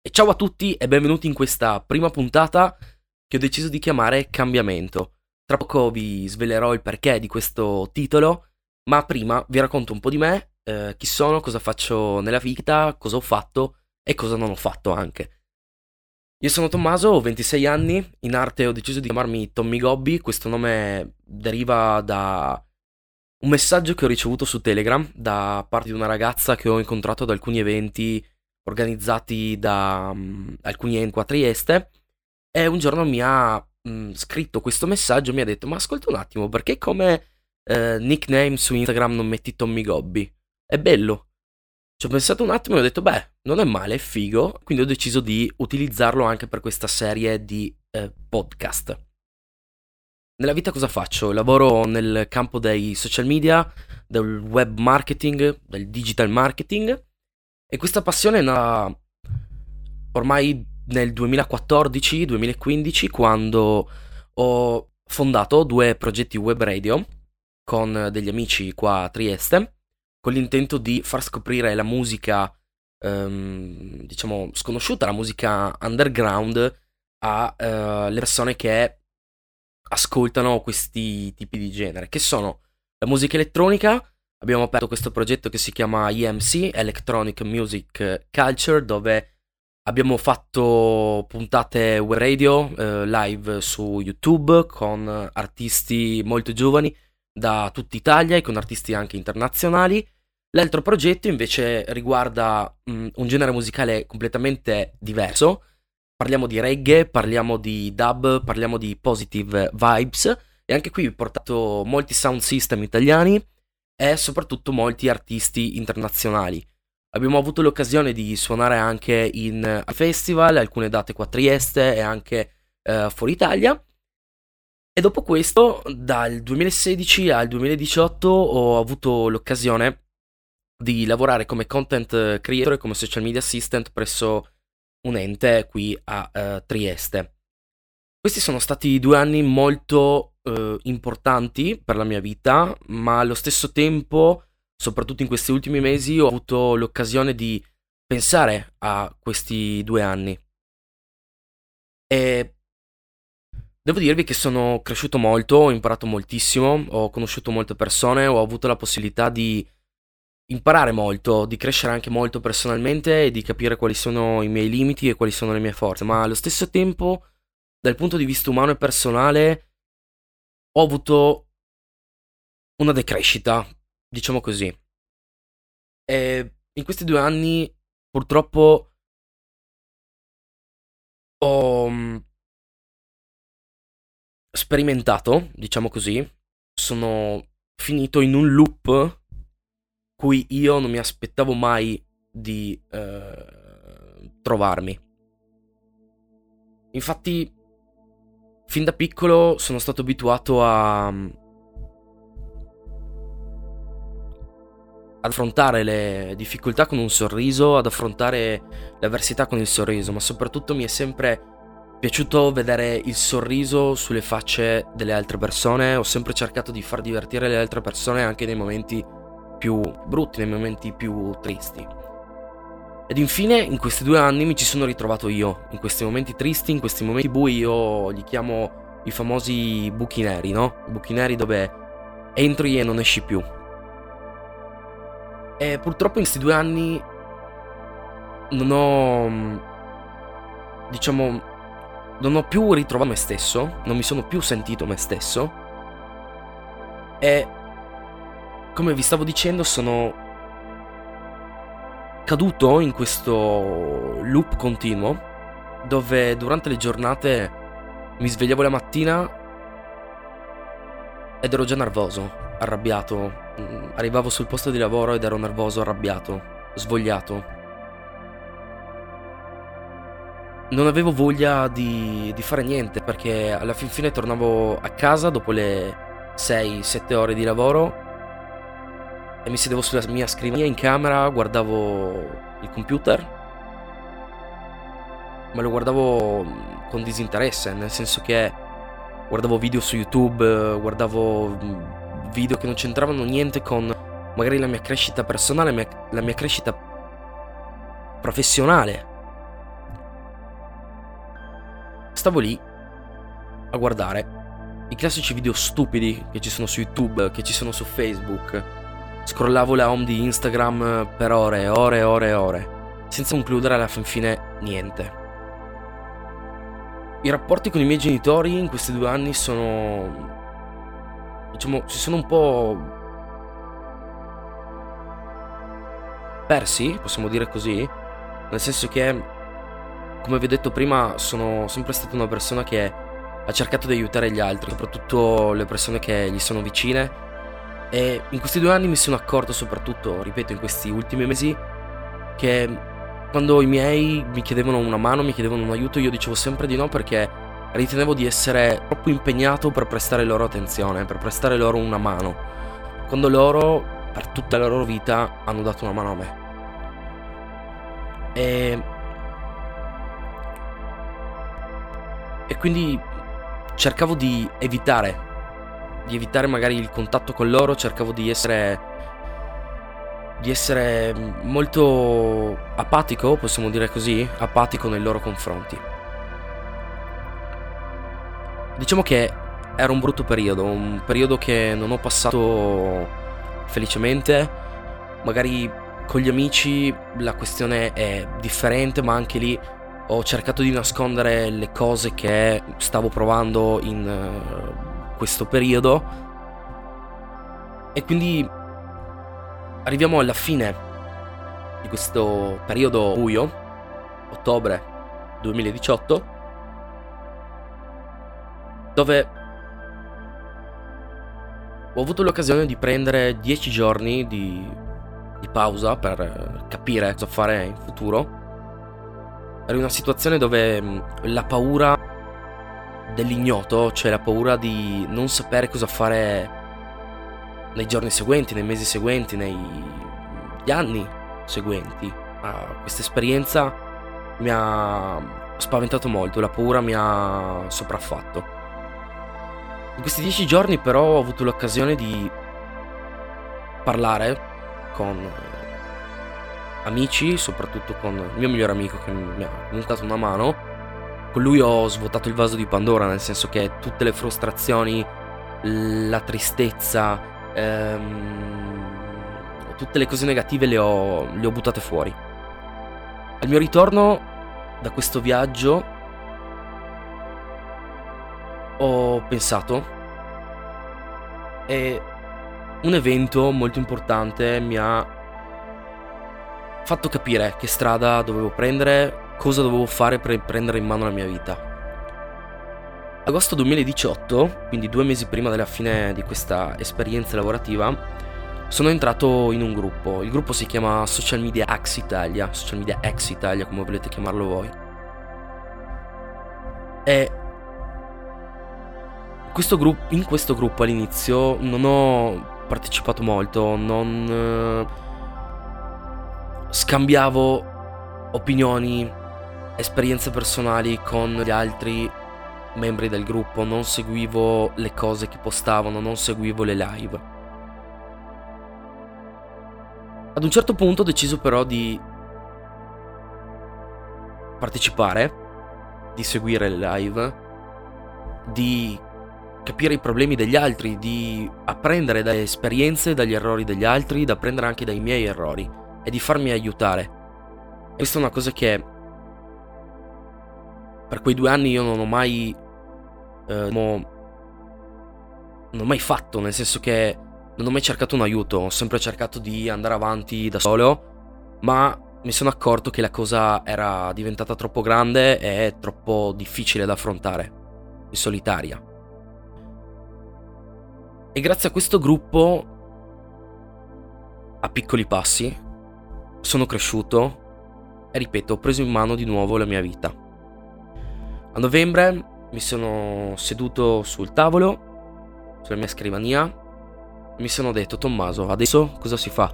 E ciao a tutti e benvenuti in questa prima puntata che ho deciso di chiamare Cambiamento. Tra poco vi svelerò il perché di questo titolo, ma prima vi racconto un po' di me, chi sono, cosa faccio nella vita, cosa ho fatto e cosa non ho fatto anche. Io sono Tommaso, ho 26 anni, in arte ho deciso di chiamarmi Tommy Gobbi, questo nome deriva da un messaggio che ho ricevuto su Telegram da parte di una ragazza che ho incontrato ad alcuni eventi organizzati da alcuni enti qua a Trieste e un giorno mi ha scritto questo messaggio e mi ha detto: ma ascolta un attimo, perché come nickname su Instagram non metti Tommy Gobbi? È bello. Ci ho pensato un attimo e ho detto: beh, non è male, è figo. Quindi ho deciso di utilizzarlo anche per questa serie di podcast. Nella vita cosa faccio? Lavoro nel campo dei social media, del web marketing, del digital marketing e questa passione è nata ormai nel 2014-2015 quando ho fondato due progetti web radio con degli amici qua a Trieste con l'intento di far scoprire la musica diciamo sconosciuta, la musica underground a le persone che ascoltano questi tipi di genere, che sono la musica elettronica. Abbiamo aperto questo progetto che si chiama EMC, Electronic Music Culture, dove abbiamo fatto puntate web radio live su YouTube con artisti molto giovani da tutta Italia e con artisti anche internazionali. L'altro progetto invece riguarda un genere musicale completamente diverso. Parliamo di reggae, parliamo di dub, parliamo di positive vibes e anche qui vi ho portato molti sound system italiani e soprattutto molti artisti internazionali. Abbiamo avuto l'occasione di suonare anche in festival, alcune date qua a Trieste e anche fuori Italia. E dopo questo, dal 2016 al 2018, ho avuto l'occasione di lavorare come content creator e come social media assistant presso un ente qui a Trieste. Questi sono stati 2 anni molto importanti per la mia vita, ma allo stesso tempo, soprattutto in questi ultimi mesi, ho avuto l'occasione di pensare a questi 2 anni. E devo dirvi che sono cresciuto molto, ho imparato moltissimo, ho conosciuto molte persone, ho avuto la possibilità di imparare molto, di crescere anche molto personalmente e di capire quali sono i miei limiti e quali sono le mie forze, ma allo stesso tempo, dal punto di vista umano e personale, ho avuto una decrescita, diciamo così. E in questi 2 anni, purtroppo, ho sperimentato, diciamo così, sono finito in un loop cui io non mi aspettavo mai di trovarmi. Infatti, fin da piccolo sono stato abituato ad affrontare le difficoltà con un sorriso, ad affrontare le avversità con il sorriso, ma soprattutto mi è sempre piaciuto vedere il sorriso sulle facce delle altre persone. Ho sempre cercato di far divertire le altre persone anche nei momenti più brutti, nei momenti più tristi. Ed infine in questi 2 anni mi ci sono ritrovato io, in questi momenti tristi, in questi momenti bui. Io li chiamo i famosi buchi neri, no? I buchi neri dove entri e non esci più. E purtroppo in questi 2 anni non ho, diciamo, non ho più ritrovato me stesso, non mi sono più sentito me stesso. E come vi stavo dicendo, sono caduto in questo loop continuo dove durante le giornate mi svegliavo la mattina ed ero già nervoso, arrabbiato. Arrivavo sul posto di lavoro ed ero nervoso, arrabbiato, svogliato. Non avevo voglia di fare niente perché alla fin fine tornavo a casa dopo le 6-7 ore di lavoro e mi sedevo sulla mia scrivania in camera, guardavo il computer, ma lo guardavo con disinteresse, nel senso che guardavo video su YouTube, guardavo video che non c'entravano niente con magari la mia crescita personale, la mia crescita professionale. stavo lì a guardare i classici video stupidi che ci sono su YouTube, che ci sono su Facebook. Scrollavo la home di Instagram per ore e ore e ore e ore, senza concludere alla fin fine niente. I rapporti con i miei genitori in questi 2 anni sono, diciamo, si sono un po' persi, possiamo dire così, nel senso che, come vi ho detto prima, sono sempre stata una persona che ha cercato di aiutare gli altri, soprattutto le persone che gli sono vicine, e in questi 2 anni mi sono accorto, soprattutto, ripeto, in questi ultimi mesi, che quando i miei mi chiedevano una mano, mi chiedevano un aiuto, io dicevo sempre di no, perché ritenevo di essere troppo impegnato per prestare loro attenzione, per prestare loro una mano, quando loro, per tutta la loro vita, hanno dato una mano a me. E quindi cercavo di evitare magari il contatto con loro, cercavo di essere molto apatico, possiamo dire così, apatico nei loro confronti. Diciamo che era un brutto periodo, un periodo che non ho passato felicemente. Magari con gli amici la questione è differente, ma anche lì ho cercato di nascondere le cose che stavo provando in questo periodo. E quindi arriviamo alla fine di questo periodo buio, ottobre 2018, dove ho avuto l'occasione di prendere 10 giorni di pausa per capire cosa fare in futuro. Ero in una situazione dove la paura dell'ignoto, cioè la paura di non sapere cosa fare nei giorni seguenti, nei mesi seguenti, negli anni seguenti a questa esperienza, mi ha spaventato molto, la paura mi ha sopraffatto. In questi 10 giorni però ho avuto l'occasione di parlare con amici, soprattutto con il mio migliore amico che mi ha comunque dato una mano. Con lui ho svuotato il vaso di Pandora, nel senso che tutte le frustrazioni, la tristezza, tutte le cose negative le ho buttate fuori. Al mio ritorno da questo viaggio ho pensato, e un evento molto importante mi ha fatto capire che strada dovevo prendere, cosa dovevo fare per prendere in mano la mia vita. Agosto 2018, quindi 2 mesi prima della fine di questa esperienza lavorativa, sono entrato in un gruppo. Il gruppo si chiama Social Media X Italia, Social Media X Italia, come volete chiamarlo voi. E in questo gruppo all'inizio non ho partecipato molto, non scambiavo opinioni, esperienze personali con gli altri membri del gruppo, non seguivo le cose che postavano, non seguivo le live. Ad un certo punto ho deciso però di partecipare, di seguire le live, di capire i problemi degli altri, di apprendere dalle esperienze, dagli errori degli altri, da apprendere anche dai miei errori e di farmi aiutare. Questa è una cosa che per quei 2 anni io non ho mai fatto, nel senso che non ho mai cercato un aiuto, ho sempre cercato di andare avanti da solo, ma mi sono accorto che la cosa era diventata troppo grande e troppo difficile da affrontare, in solitaria. E grazie a questo gruppo, a piccoli passi, sono cresciuto e, ripeto, ho preso in mano di nuovo la mia vita. A novembre mi sono seduto sul tavolo, sulla mia scrivania, e mi sono detto: Tommaso, adesso cosa si fa?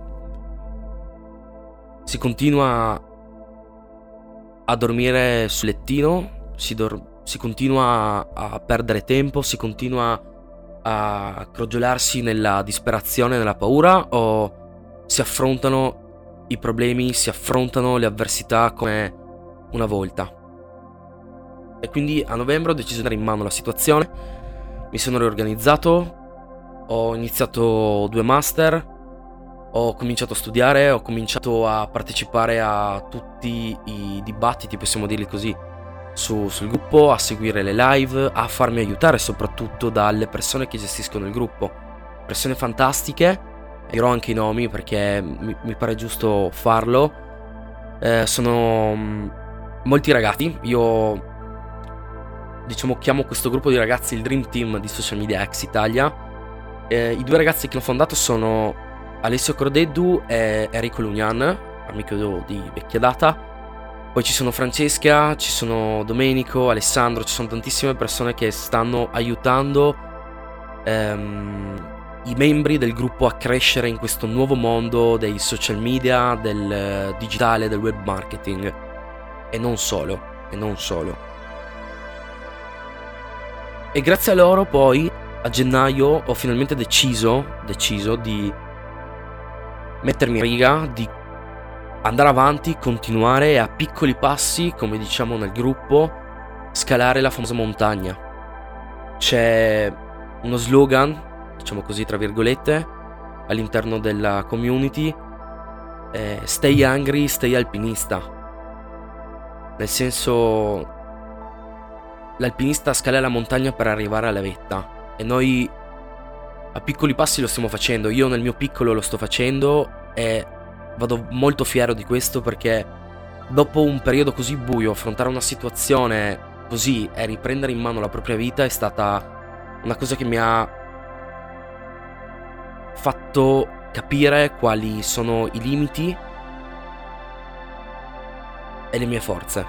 Si continua a dormire sul lettino, si continua a perdere tempo, si continua a crogiolarsi nella disperazione, nella paura, o si affrontano i problemi, si affrontano le avversità come una volta? E quindi a novembre ho deciso di dare in mano la situazione, mi sono riorganizzato, ho iniziato 2 master, ho cominciato a studiare, ho cominciato a partecipare a tutti i dibattiti, possiamo dirli così, sul gruppo, a seguire le live, a farmi aiutare soprattutto dalle persone che gestiscono il gruppo. Persone fantastiche, dirò anche i nomi perché mi pare giusto farlo. Sono molti ragazzi, io diciamo chiamo questo gruppo di ragazzi il Dream Team di Social Media X Italia. I 2 ragazzi che l'ho fondato sono Alessio Cordeddu e Enrico Lugnan, amico di vecchia data. Poi ci sono Francesca, ci sono Domenico, Alessandro, ci sono tantissime persone che stanno aiutando i membri del gruppo a crescere in questo nuovo mondo dei social media, del digitale, del web marketing. E non solo. E grazie a loro poi a gennaio ho finalmente deciso di mettermi in riga, di andare avanti, continuare e a piccoli passi, come diciamo nel gruppo, scalare la famosa montagna. C'è uno slogan, diciamo così tra virgolette, all'interno della community, stay hungry, stay alpinista. Nel senso, l'alpinista scala la montagna per arrivare alla vetta e noi a piccoli passi lo stiamo facendo. Io nel mio piccolo lo sto facendo e vado molto fiero di questo, perché dopo un periodo così buio, affrontare una situazione così e riprendere in mano la propria vita è stata una cosa che mi ha fatto capire quali sono i limiti e le mie forze.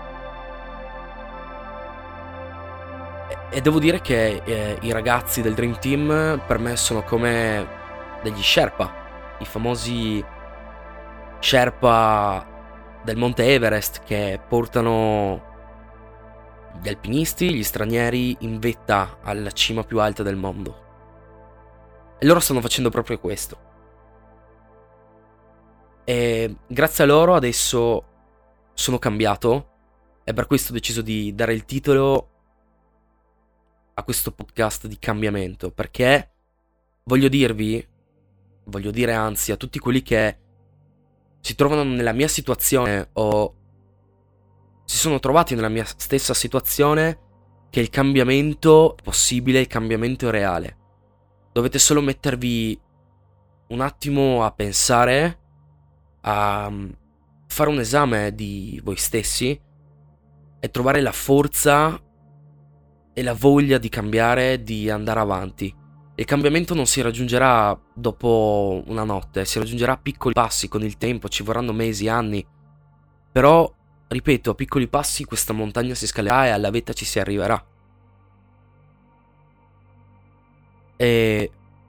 E devo dire che i ragazzi del Dream Team per me sono come degli Sherpa, i famosi Sherpa del Monte Everest, che portano gli alpinisti, gli stranieri in vetta alla cima più alta del mondo. E loro stanno facendo proprio questo. E grazie a loro adesso sono cambiato, e per questo ho deciso di dare il titolo a questo podcast di cambiamento, perché voglio dire anzi a tutti quelli che si trovano nella mia situazione o si sono trovati nella mia stessa situazione, che il cambiamento è possibile, il cambiamento è reale. Dovete solo mettervi un attimo a pensare, a fare un esame di voi stessi e trovare la forza e la voglia di cambiare, di andare avanti. Il cambiamento non si raggiungerà dopo una notte, si raggiungerà a piccoli passi, con il tempo, ci vorranno mesi, anni. Però, ripeto, a piccoli passi questa montagna si scalerà e alla vetta ci si arriverà. E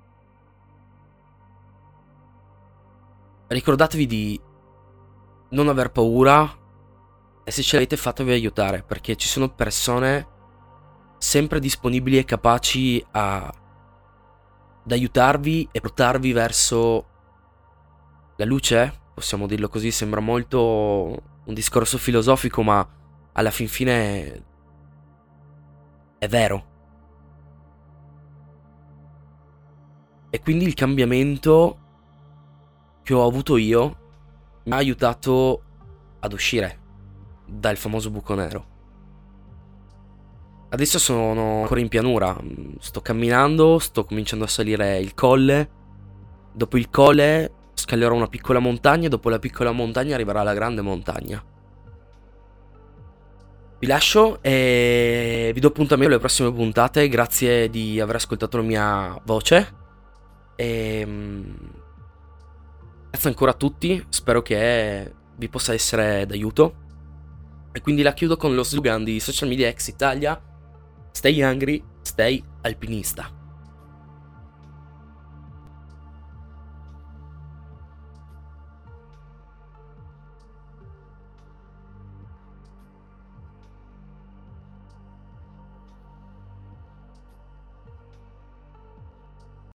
ricordatevi di non aver paura, e se ce l'avete fatevi aiutare, perché ci sono persone sempre disponibili e capaci ad aiutarvi e portarvi verso la luce, possiamo dirlo così. Sembra molto un discorso filosofico, ma alla fin fine è vero. E quindi il cambiamento che ho avuto io mi ha aiutato ad uscire dal famoso buco nero. Adesso sono ancora in pianura, sto camminando, sto cominciando a salire il colle. Dopo il colle scalerò una piccola montagna, e dopo la piccola montagna arriverà la grande montagna. Vi lascio e vi do appuntamento alle prossime puntate. Grazie di aver ascoltato la mia voce e grazie ancora a tutti, spero che vi possa essere d'aiuto. E quindi la chiudo con lo slogan di Social Media X Italia: Stay hungry, stay alpinista.